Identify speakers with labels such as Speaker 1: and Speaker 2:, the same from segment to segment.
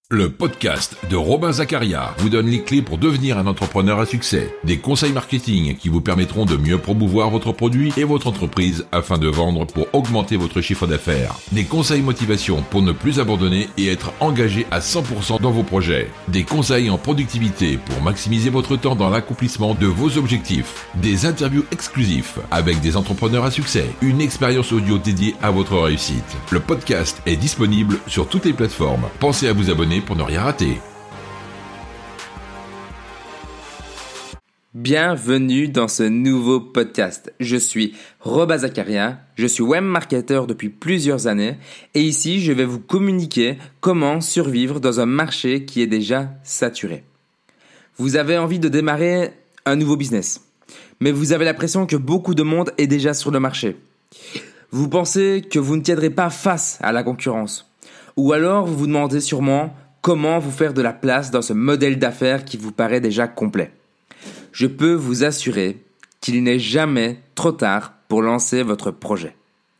Speaker 1: Le podcast de Robin Zakaria vous donne les clés pour devenir un entrepreneur à succès. Des conseils marketing qui vous permettront de mieux promouvoir votre produit et votre entreprise afin de vendre pour augmenter votre chiffre d'affaires. Des conseils motivation pour ne plus abandonner et être engagé à 100% dans vos projets. Des conseils en productivité pour maximiser votre temps dans l'accomplissement de vos objectifs. Des interviews exclusifs avec des entrepreneurs à succès. Une expérience audio dédiée à votre réussite. Le podcast est disponible sur toutes les plateformes. Pensez à vous abonner pour ne rien rater.
Speaker 2: Bienvenue dans ce nouveau podcast. Je suis Robin Zakaria, je suis web marketeur depuis plusieurs années et ici je vais vous communiquer comment survivre dans un marché qui est déjà saturé. Vous avez envie de démarrer un nouveau business, mais vous avez l'impression que beaucoup de monde est déjà sur le marché. Vous pensez que vous ne tiendrez pas face à la concurrence, ou alors vous vous demandez sûrement comment vous faire de la place dans ce modèle d'affaires qui vous paraît déjà complet. Je peux vous assurer qu'il n'est jamais trop tard pour lancer votre projet.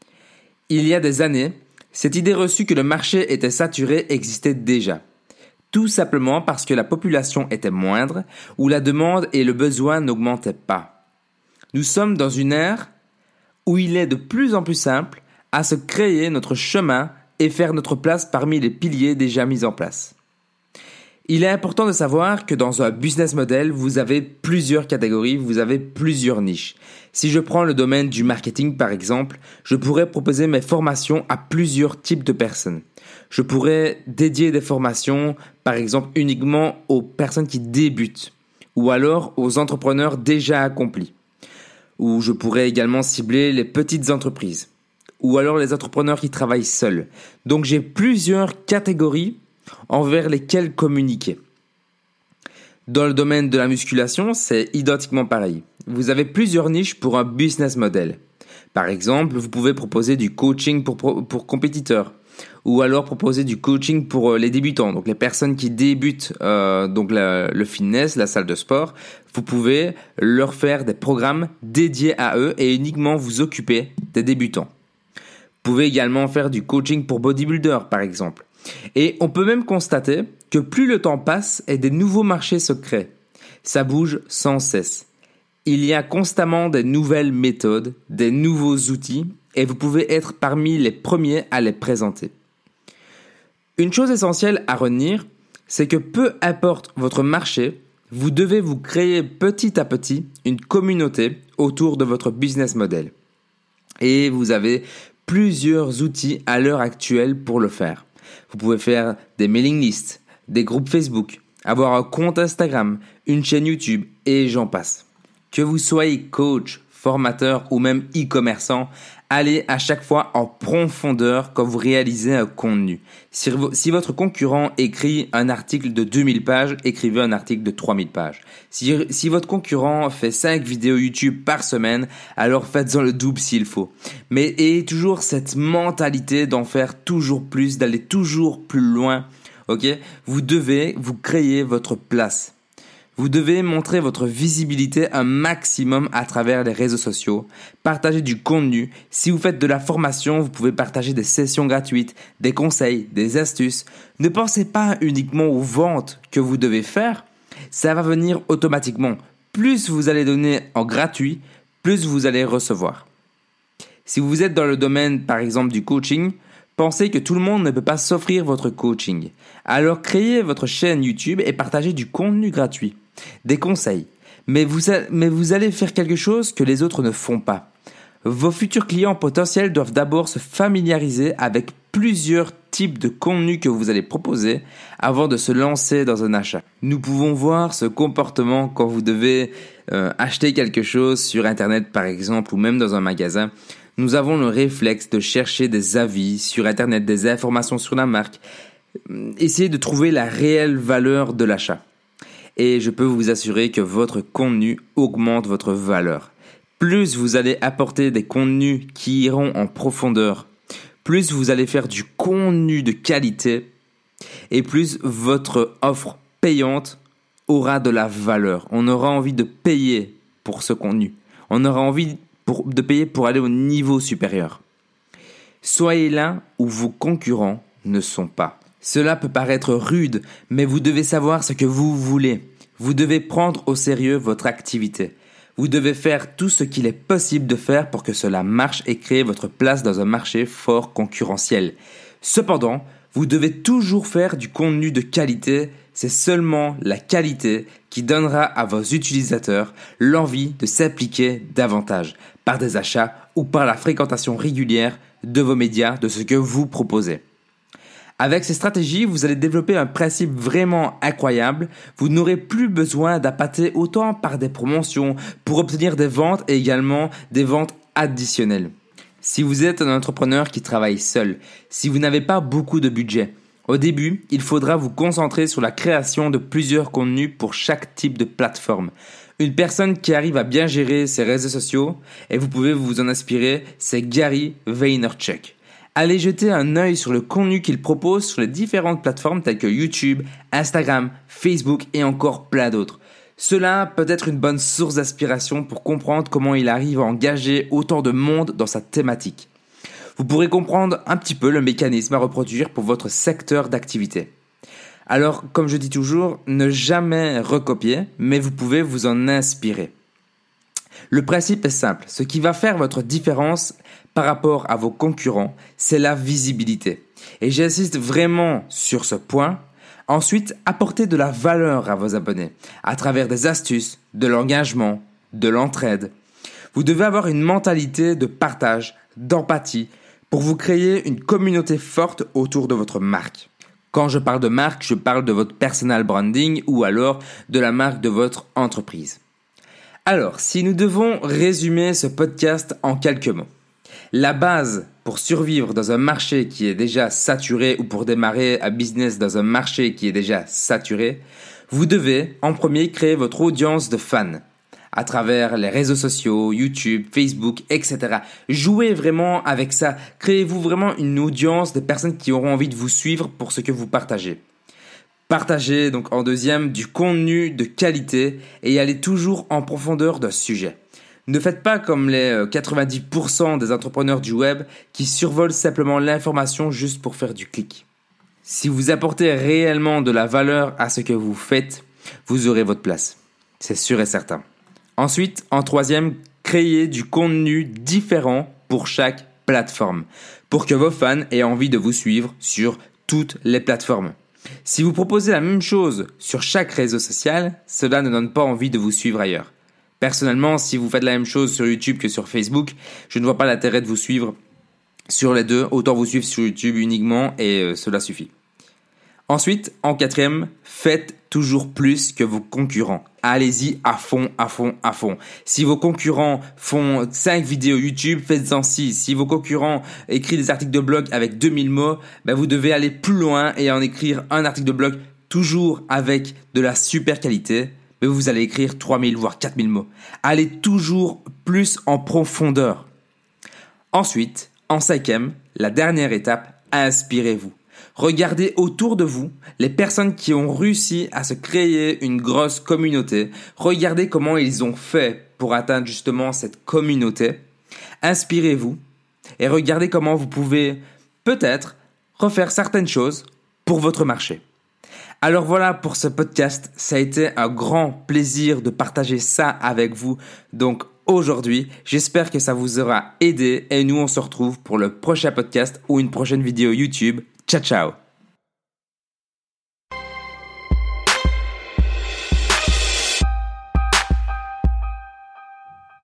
Speaker 2: Il y a des années, cette idée reçue que le marché était saturé existait déjà. Tout simplement parce que la population était moindre ou la demande et le besoin n'augmentaient pas. Nous sommes dans une ère où il est de plus en plus simple à se créer notre chemin et faire notre place parmi les piliers déjà mis en place. Il est important de savoir que dans un business model, vous avez plusieurs catégories, vous avez plusieurs niches. Si je prends le domaine du marketing par exemple, je pourrais proposer mes formations à plusieurs types de personnes. Je pourrais dédier des formations par exemple uniquement aux personnes qui débutent ou alors aux entrepreneurs déjà accomplis. Ou je pourrais également cibler les petites entreprises. Ou alors les entrepreneurs qui travaillent seuls. Donc j'ai plusieurs catégories envers lesquelles communiquer. Dans le domaine de la musculation, c'est identiquement pareil. Vous avez plusieurs niches pour un business model. Par exemple, vous pouvez proposer du coaching pour compétiteurs. Ou alors proposer du coaching pour les débutants, donc les personnes qui débutent le fitness, la salle de sport. Vous pouvez leur faire des programmes dédiés à eux et uniquement vous occuper des débutants. Vous pouvez également faire du coaching pour bodybuilders, par exemple. Et on peut même constater que plus le temps passe et des nouveaux marchés se créent. Ça bouge sans cesse. Il y a constamment des nouvelles méthodes, des nouveaux outils et vous pouvez être parmi les premiers à les présenter. Une chose essentielle à retenir, c'est que peu importe votre marché, vous devez vous créer petit à petit une communauté autour de votre business model. Et vous avez plusieurs outils à l'heure actuelle pour le faire. Vous pouvez faire des mailing lists, des groupes Facebook, avoir un compte Instagram, une chaîne YouTube et j'en passe. Que vous soyez coach, formateur ou même e-commerçant, allez à chaque fois en profondeur quand vous réalisez un contenu. Si votre concurrent écrit un article de 2000 pages, écrivez un article de 3000 pages. Si votre concurrent fait 5 vidéos YouTube par semaine, alors faites-en le double s'il faut. Mais ayez toujours cette mentalité d'en faire toujours plus, d'aller toujours plus loin. Ok ? Vous devez vous créer votre place. Vous devez montrer votre visibilité un maximum à travers les réseaux sociaux, partager du contenu. Si vous faites de la formation, vous pouvez partager des sessions gratuites, des conseils, des astuces. Ne pensez pas uniquement aux ventes que vous devez faire, ça va venir automatiquement. Plus vous allez donner en gratuit, plus vous allez recevoir. Si vous êtes dans le domaine par exemple du coaching, pensez que tout le monde ne peut pas s'offrir votre coaching. Alors créez votre chaîne YouTube et partagez du contenu gratuit. Des conseils. Mais vous allez faire quelque chose que les autres ne font pas. Vos futurs clients potentiels doivent d'abord se familiariser avec plusieurs types de contenus que vous allez proposer avant de se lancer dans un achat. Nous pouvons voir ce comportement quand vous devez acheter quelque chose sur Internet par exemple ou même dans un magasin. Nous avons le réflexe de chercher des avis sur Internet, des informations sur la marque, essayer de trouver la réelle valeur de l'achat. Et je peux vous assurer que votre contenu augmente votre valeur. Plus vous allez apporter des contenus qui iront en profondeur, plus vous allez faire du contenu de qualité et plus votre offre payante aura de la valeur. On aura envie de payer pour ce contenu. On aura envie de payer pour aller au niveau supérieur. Soyez là où vos concurrents ne sont pas. Cela peut paraître rude, mais vous devez savoir ce que vous voulez. Vous devez prendre au sérieux votre activité. Vous devez faire tout ce qu'il est possible de faire pour que cela marche et créer votre place dans un marché fort concurrentiel. Cependant, vous devez toujours faire du contenu de qualité. C'est seulement la qualité qui donnera à vos utilisateurs l'envie de s'appliquer davantage par des achats ou par la fréquentation régulière de vos médias, de ce que vous proposez. Avec ces stratégies, vous allez développer un principe vraiment incroyable. Vous n'aurez plus besoin d'appâter autant par des promotions pour obtenir des ventes et également des ventes additionnelles. Si vous êtes un entrepreneur qui travaille seul, si vous n'avez pas beaucoup de budget, au début, il faudra vous concentrer sur la création de plusieurs contenus pour chaque type de plateforme. Une personne qui arrive à bien gérer ses réseaux sociaux, et vous pouvez vous en inspirer, c'est Gary Vaynerchuk. Allez jeter un œil sur le contenu qu'il propose sur les différentes plateformes telles que YouTube, Instagram, Facebook et encore plein d'autres. Cela peut être une bonne source d'inspiration pour comprendre comment il arrive à engager autant de monde dans sa thématique. Vous pourrez comprendre un petit peu le mécanisme à reproduire pour votre secteur d'activité. Alors, comme je dis toujours, ne jamais recopier, mais vous pouvez vous en inspirer. Le principe est simple. Ce qui va faire votre différence par rapport à vos concurrents, c'est la visibilité. Et j'insiste vraiment sur ce point. Ensuite, apportez de la valeur à vos abonnés à travers des astuces, de l'engagement, de l'entraide. Vous devez avoir une mentalité de partage, d'empathie pour vous créer une communauté forte autour de votre marque. Quand je parle de marque, je parle de votre personal branding ou alors de la marque de votre entreprise. Alors, si nous devons résumer ce podcast en quelques mots, la base pour survivre dans un marché qui est déjà saturé ou pour démarrer un business dans un marché qui est déjà saturé, vous devez en premier créer votre audience de fans à travers les réseaux sociaux, YouTube, Facebook, etc. Jouez vraiment avec ça. Créez-vous vraiment une audience de personnes qui auront envie de vous suivre pour ce que vous partagez. Partagez donc en deuxième du contenu de qualité et allez toujours en profondeur d'un sujet. Ne faites pas comme les 90% des entrepreneurs du web qui survolent simplement l'information juste pour faire du clic. Si vous apportez réellement de la valeur à ce que vous faites, vous aurez votre place. C'est sûr et certain. Ensuite, en troisième, créez du contenu différent pour chaque plateforme pour que vos fans aient envie de vous suivre sur toutes les plateformes. Si vous proposez la même chose sur chaque réseau social, cela ne donne pas envie de vous suivre ailleurs. Personnellement, si vous faites la même chose sur YouTube que sur Facebook, je ne vois pas l'intérêt de vous suivre sur les deux. Autant vous suivre sur YouTube uniquement et cela suffit. Ensuite, en quatrième, faites toujours plus que vos concurrents. Allez-y à fond, à fond, à fond. Si vos concurrents font 5 vidéos YouTube, faites-en 6. Si vos concurrents écrivent des articles de blog avec 2000 mots, vous devez aller plus loin et en écrire un article de blog toujours avec de la super qualité. Mais vous allez écrire 3000 voire 4000 mots. Allez toujours plus en profondeur. Ensuite, en cinquième, la dernière étape, inspirez-vous. Regardez autour de vous les personnes qui ont réussi à se créer une grosse communauté. Regardez comment ils ont fait pour atteindre justement cette communauté. Inspirez-vous et regardez comment vous pouvez peut-être refaire certaines choses pour votre marché. Alors voilà pour ce podcast, ça a été un grand plaisir de partager ça avec vous. Donc aujourd'hui, j'espère que ça vous aura aidé et nous on se retrouve pour le prochain podcast ou une prochaine vidéo YouTube. Ciao ciao.